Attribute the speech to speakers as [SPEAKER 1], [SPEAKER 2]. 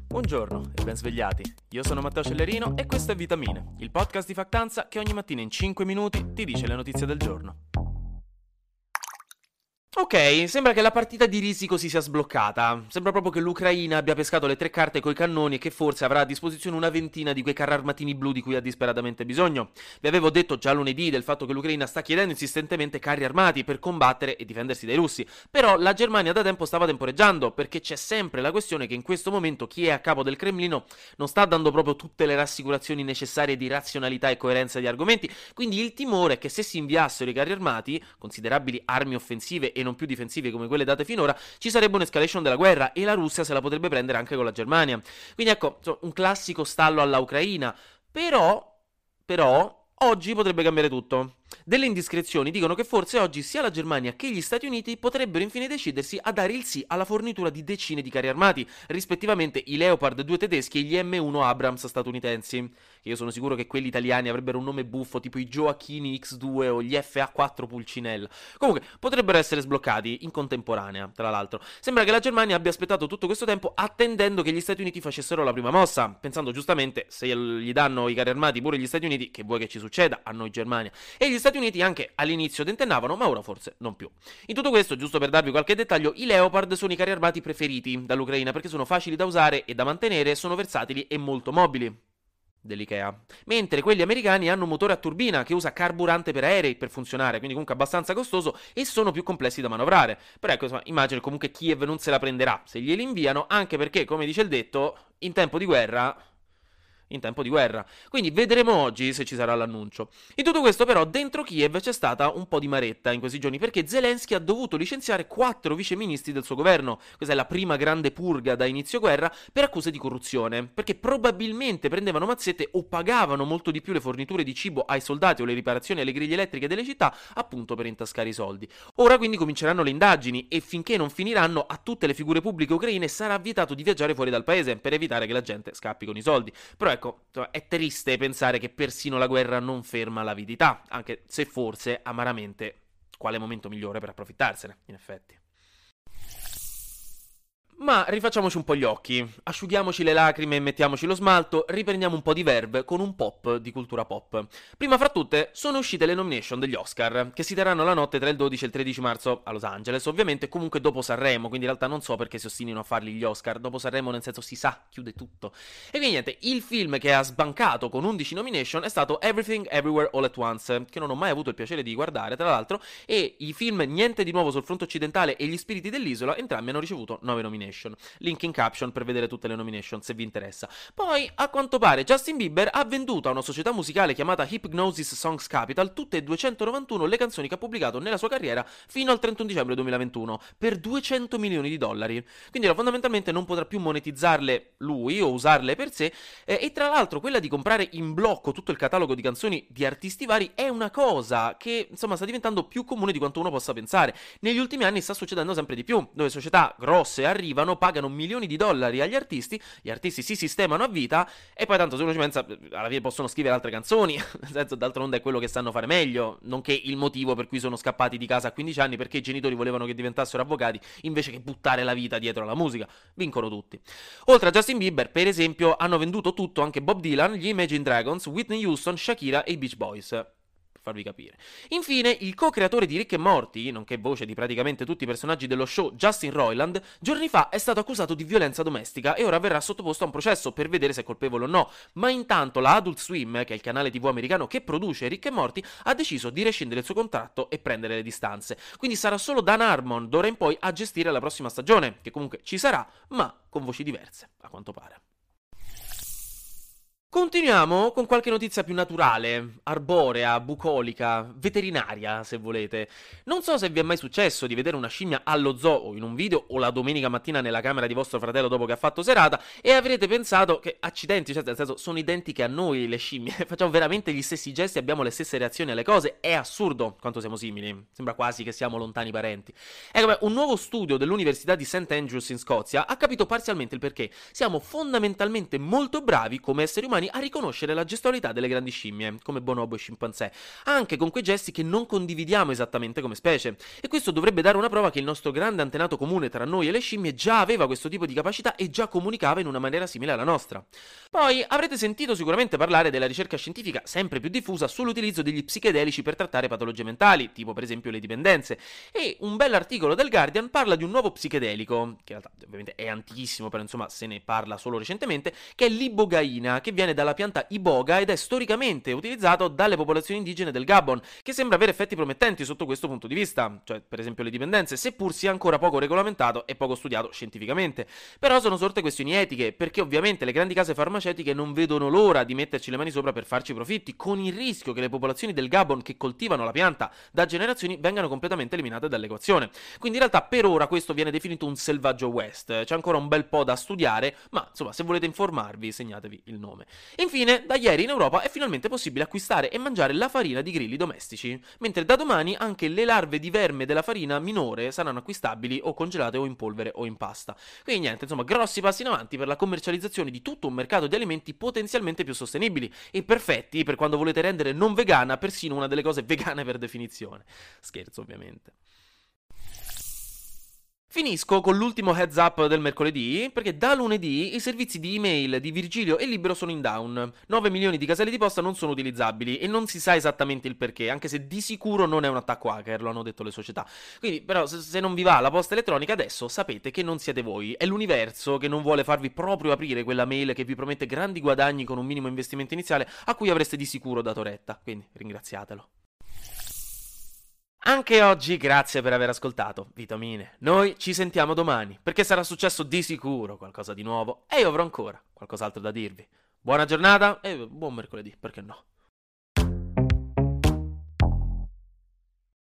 [SPEAKER 1] Buongiorno e ben svegliati. Io sono Matteo Cellerino e questo è Vitamine, il podcast di Factanza che ogni mattina in 5 minuti ti dice le notizie del giorno. Ok, sembra che la partita di risico si sia sbloccata. Sembra proprio che l'Ucraina abbia pescato le 3 carte coi cannoni e che forse avrà a disposizione una ventina di quei carri armatini blu di cui ha disperatamente bisogno. Vi avevo detto già lunedì del fatto che l'Ucraina sta chiedendo insistentemente carri armati per combattere e difendersi dai russi. Però la Germania da tempo stava temporeggiando, perché c'è sempre la questione che in questo momento chi è a capo del Cremlino non sta dando proprio tutte le rassicurazioni necessarie di razionalità e coerenza di argomenti. Quindi il timore è che se si inviassero i carri armati, considerabili armi offensive e non più difensive come quelle date finora, ci sarebbe un'escalation della guerra e la Russia se la potrebbe prendere anche con la Germania. Quindi ecco, un classico stallo alla Ucraina. Però, oggi potrebbe cambiare tutto. Delle indiscrezioni dicono che forse oggi sia la Germania che gli Stati Uniti potrebbero infine decidersi a dare il sì alla fornitura di decine di carri armati, rispettivamente i Leopard 2 tedeschi e gli M1 Abrams statunitensi. Io sono sicuro che quelli italiani avrebbero un nome buffo tipo i Gioacchini X2 o gli FA4 Pulcinella. Comunque, potrebbero essere sbloccati in contemporanea, tra l'altro. Sembra che la Germania abbia aspettato tutto questo tempo attendendo che gli Stati Uniti facessero la prima mossa, pensando giustamente, se gli danno i carri armati pure gli Stati Uniti, che vuoi che ci succeda a noi Germania. E gli Stati Uniti anche all'inizio tentennavano, ma ora forse non più. In tutto questo, giusto per darvi qualche dettaglio, i Leopard sono i carri armati preferiti dall'Ucraina perché sono facili da usare e da mantenere, sono versatili e molto mobili. Dell'Ikea. Mentre quelli americani hanno un motore a turbina che usa carburante per aerei per funzionare, quindi comunque abbastanza costoso e sono più complessi da manovrare. Però ecco, insomma, immagino comunque Kiev non se la prenderà se glieli inviano, anche perché, come dice il detto, in tempo di guerra. Quindi vedremo oggi se ci sarà l'annuncio. In tutto questo però dentro Kiev c'è stata un po' di maretta in questi giorni perché Zelensky ha dovuto licenziare 4 viceministri del suo governo. Questa è la prima grande purga da inizio guerra per accuse di corruzione, perché probabilmente prendevano mazzette o pagavano molto di più le forniture di cibo ai soldati o le riparazioni alle griglie elettriche delle città appunto per intascare i soldi. Ora quindi cominceranno le indagini e finché non finiranno a tutte le figure pubbliche ucraine sarà vietato di viaggiare fuori dal paese per evitare che la gente scappi con i soldi. Però ecco, è triste pensare che persino la guerra non ferma l'avidità, anche se forse, amaramente, quale momento migliore per approfittarsene, in effetti. Ma rifacciamoci un po' gli occhi, asciughiamoci le lacrime e mettiamoci lo smalto, riprendiamo un po' di verve con un pop di cultura pop. Prima fra tutte sono uscite le nomination degli Oscar, che si terranno la notte tra il 12 e il 13 marzo a Los Angeles, ovviamente comunque dopo Sanremo, quindi in realtà non so perché si ostinino a farli gli Oscar, dopo Sanremo nel senso si sa, chiude tutto. E quindi niente, il film che ha sbancato con 11 nomination è stato Everything Everywhere All at Once, che non ho mai avuto il piacere di guardare tra l'altro, e i film Niente di nuovo sul fronte occidentale e Gli spiriti dell'isola entrambi hanno ricevuto 9 nomination. Link in caption per vedere tutte le nomination se vi interessa. Poi, a quanto pare, Justin Bieber ha venduto a una società musicale chiamata Hypnosis Songs Capital tutte e 291 le canzoni che ha pubblicato nella sua carriera fino al 31 dicembre 2021 per 200 milioni di dollari. Quindi fondamentalmente non potrà più monetizzarle lui o usarle per sé e tra l'altro quella di comprare in blocco tutto il catalogo di canzoni di artisti vari è una cosa che insomma sta diventando più comune di quanto uno possa pensare. Negli ultimi anni sta succedendo sempre di più, dove società grosse arrivano, pagano milioni di dollari agli artisti, gli artisti si sistemano a vita e poi tanto se uno ci pensa alla fine possono scrivere altre canzoni, nel senso d'altronde è quello che sanno fare meglio, nonché il motivo per cui sono scappati di casa a 15 anni perché i genitori volevano che diventassero avvocati invece che buttare la vita dietro alla musica, vincono tutti. Oltre a Justin Bieber per esempio hanno venduto tutto anche Bob Dylan, gli Imagine Dragons, Whitney Houston, Shakira e i Beach Boys. Farvi capire. Infine, il co-creatore di Rick e Morty, nonché voce di praticamente tutti i personaggi dello show, Justin Roiland, giorni fa è stato accusato di violenza domestica e ora verrà sottoposto a un processo per vedere se è colpevole o no. Ma intanto la Adult Swim, che è il canale TV americano che produce Rick e Morty, ha deciso di rescindere il suo contratto e prendere le distanze. Quindi sarà solo Dan Harmon d'ora in poi a gestire la prossima stagione, che comunque ci sarà, ma con voci diverse, a quanto pare. Continuiamo con qualche notizia più naturale, arborea, bucolica, veterinaria, se volete. Non so se vi è mai successo di vedere una scimmia allo zoo o in un video o la domenica mattina nella camera di vostro fratello dopo che ha fatto serata e avrete pensato che accidenti, cioè nel senso sono identiche a noi le scimmie, facciamo veramente gli stessi gesti, abbiamo le stesse reazioni alle cose, è assurdo quanto siamo simili, sembra quasi che siamo lontani parenti. Ecco, un nuovo studio dell'Università di St. Andrews in Scozia ha capito parzialmente il perché. Siamo fondamentalmente molto bravi come esseri umani umani a riconoscere la gestualità delle grandi scimmie, come bonobo e scimpanzé, anche con quei gesti che non condividiamo esattamente come specie. E questo dovrebbe dare una prova che il nostro grande antenato comune tra noi e le scimmie già aveva questo tipo di capacità e già comunicava in una maniera simile alla nostra. Poi avrete sentito sicuramente parlare della ricerca scientifica sempre più diffusa sull'utilizzo degli psichedelici per trattare patologie mentali, tipo per esempio le dipendenze, e un bell'articolo del Guardian parla di un nuovo psichedelico, che in realtà ovviamente è antichissimo, però insomma se ne parla solo recentemente, che è l'ibogaina, che viene dalla pianta iboga ed è storicamente utilizzato dalle popolazioni indigene del Gabon, che sembra avere effetti promettenti sotto questo punto di vista, cioè per esempio le dipendenze, seppur sia ancora poco regolamentato e poco studiato scientificamente. Però sono sorte questioni etiche, perché ovviamente le grandi case farmaceutiche non vedono l'ora di metterci le mani sopra per farci profitti, con il rischio che le popolazioni del Gabon che coltivano la pianta da generazioni vengano completamente eliminate dall'equazione. Quindi in realtà per ora questo viene definito un selvaggio West, c'è ancora un bel po' da studiare, ma insomma se volete informarvi segnatevi il nome. Infine, da ieri in Europa è finalmente possibile acquistare e mangiare la farina di grilli domestici, mentre da domani anche le larve di verme della farina minore saranno acquistabili o congelate o in polvere o in pasta. Quindi niente, insomma, grossi passi in avanti per la commercializzazione di tutto un mercato di alimenti potenzialmente più sostenibili e perfetti per quando volete rendere non vegana persino una delle cose vegane per definizione. Scherzo, ovviamente. Finisco con l'ultimo heads up del mercoledì, perché da lunedì i servizi di email di Virgilio e Libero sono in down. 9 milioni di caselli di posta non sono utilizzabili e non si sa esattamente il perché, anche se di sicuro non è un attacco hacker, lo hanno detto le società. Quindi, però, se non vi va la posta elettronica, adesso sapete che non siete voi, è l'universo che non vuole farvi proprio aprire quella mail che vi promette grandi guadagni con un minimo investimento iniziale a cui avreste di sicuro dato retta. Quindi, ringraziatelo. Anche oggi grazie per aver ascoltato, vitamine. Noi ci sentiamo domani, perché sarà successo di sicuro qualcosa di nuovo e io avrò ancora qualcos'altro da dirvi. Buona giornata e buon mercoledì, perché no?